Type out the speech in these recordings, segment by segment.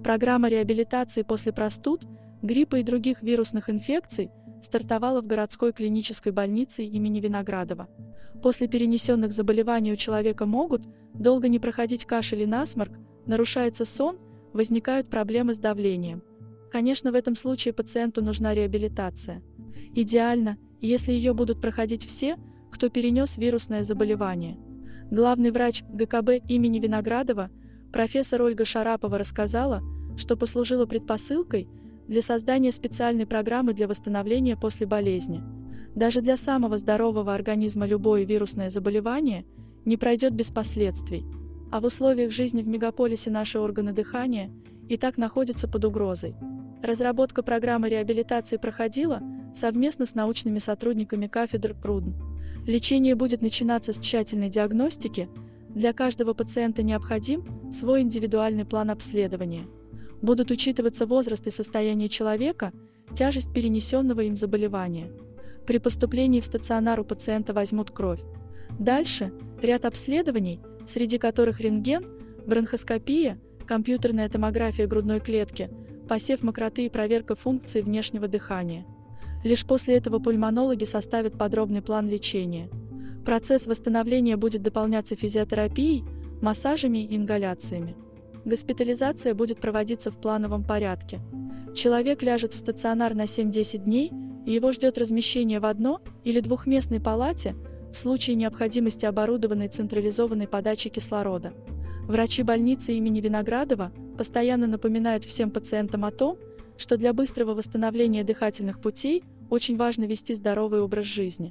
Программа реабилитации после простуд, гриппа и других вирусных инфекций стартовала в городской клинической больнице имени Виноградова. После перенесенных заболеваний у человека могут долго не проходить кашель и насморк, нарушается сон, возникают проблемы с давлением. Конечно, в этом случае пациенту нужна реабилитация. Идеально, если ее будут проходить все, кто перенес вирусное заболевание. Главный врач ГКБ имени Виноградова, профессор Ольга Шарапова, рассказала, что послужило предпосылкой для создания специальной программы для восстановления после болезни. Даже для самого здорового организма любое вирусное заболевание не пройдет без последствий, а в условиях жизни в мегаполисе наши органы дыхания и так находятся под угрозой. Разработка программы реабилитации проходила совместно с научными сотрудниками кафедр РУДН. Лечение будет начинаться с тщательной диагностики, для каждого пациента необходим свой индивидуальный план обследования. Будут учитываться возраст и состояние человека, тяжесть перенесенного им заболевания. При поступлении в стационар у пациента возьмут кровь. Дальше ряд обследований, среди которых рентген, бронхоскопия, компьютерная томография грудной клетки, посев мокроты и проверка функции внешнего дыхания. Лишь после этого пульмонологи составят подробный план лечения. Процесс восстановления будет дополняться физиотерапией, массажами и ингаляциями. Госпитализация будет проводиться в плановом порядке. Человек ляжет в стационар на 7-10 дней, и его ждет размещение в одно- или двухместной палате, в случае необходимости оборудованной централизованной подачей кислорода. Врачи больницы имени Виноградова постоянно напоминают всем пациентам о том, что для быстрого восстановления дыхательных путей очень важно вести здоровый образ жизни.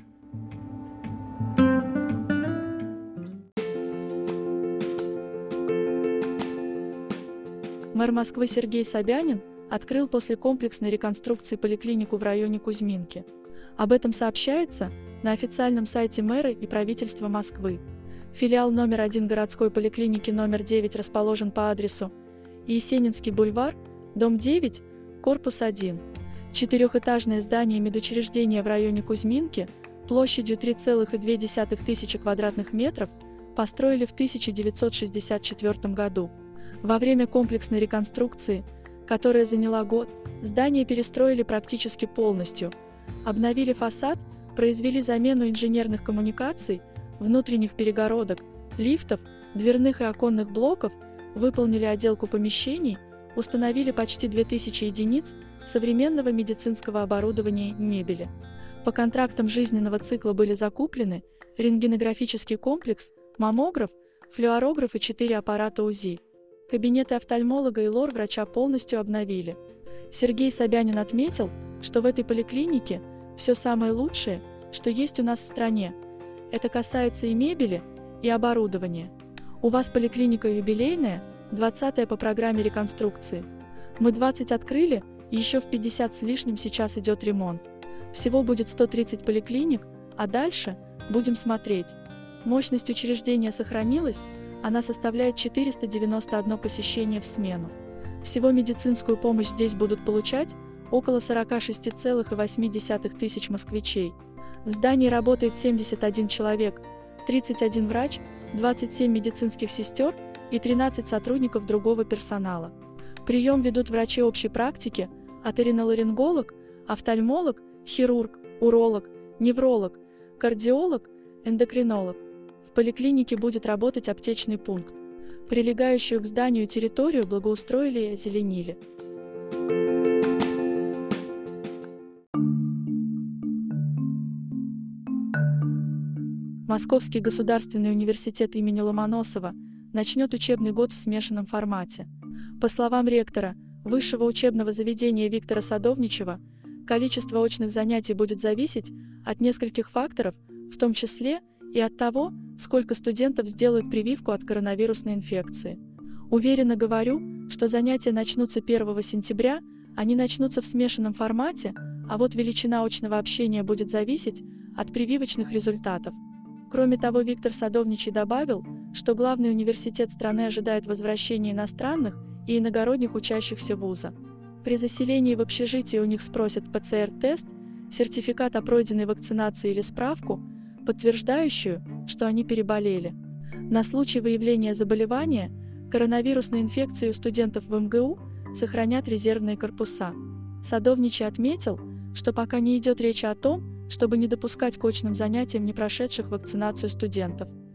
Мэр Москвы Сергей Собянин открыл после комплексной реконструкции поликлинику в районе Кузьминки. Об этом сообщается на официальном сайте мэра и правительства Москвы. Филиал номер 1 городской поликлиники номер 9 расположен по адресу Есенинский бульвар, дом 9, корпус 1. Четырехэтажное здание медучреждения в районе Кузьминки площадью 3,2 тысячи квадратных метров построили в 1964 году. Во время комплексной реконструкции, которая заняла год, здание перестроили практически полностью, обновили фасад, произвели замену инженерных коммуникаций, внутренних перегородок, лифтов, дверных и оконных блоков, выполнили отделку помещений, установили почти 2000 единиц современного медицинского оборудования и мебели. По контрактам жизненного цикла были закуплены рентгенографический комплекс, маммограф, флюорограф и 4 аппарата УЗИ. Кабинеты офтальмолога и лор-врача полностью обновили. Сергей Собянин отметил, что в этой поликлинике все самое лучшее, что есть у нас в стране. Это касается и мебели, и оборудования. У вас поликлиника юбилейная, 20-я по программе реконструкции. Мы 20 открыли, и еще в 50 с лишним сейчас идет ремонт. Всего будет 130 поликлиник, а дальше будем смотреть. Мощность учреждения сохранилась, она составляет 491 посещение в смену. Всего медицинскую помощь здесь будут получать около 46,8 тысяч москвичей. В здании работает 71 человек, 31 врач, 27 медицинских сестер и 13 сотрудников другого персонала. Прием ведут врачи общей практики, оториноларинголог, офтальмолог, хирург, уролог, невролог, кардиолог, эндокринолог. В поликлинике будет работать аптечный пункт. Прилегающую к зданию территорию благоустроили и озеленили. Московский государственный университет имени Ломоносова начнет учебный год в смешанном формате. По словам ректора высшего учебного заведения Виктора Садовничева, количество очных занятий будет зависеть от нескольких факторов, в том числе и от того, сколько студентов сделают прививку от коронавирусной инфекции. Уверенно говорю, что занятия начнутся 1 сентября, они начнутся в смешанном формате, а вот величина очного общения будет зависеть от прививочных результатов. Кроме того, Виктор Садовничий добавил, что главный университет страны ожидает возвращения иностранных и иногородних учащихся вуза. При заселении в общежитие у них спросят ПЦР-тест, сертификат о пройденной вакцинации или справку, подтверждающую, что они переболели. На случай выявления заболевания коронавирусной инфекцией у студентов в МГУ сохранят резервные корпуса. Садовничий отметил, что пока не идет речи о том, чтобы не допускать к очным занятиям не прошедших вакцинацию студентов.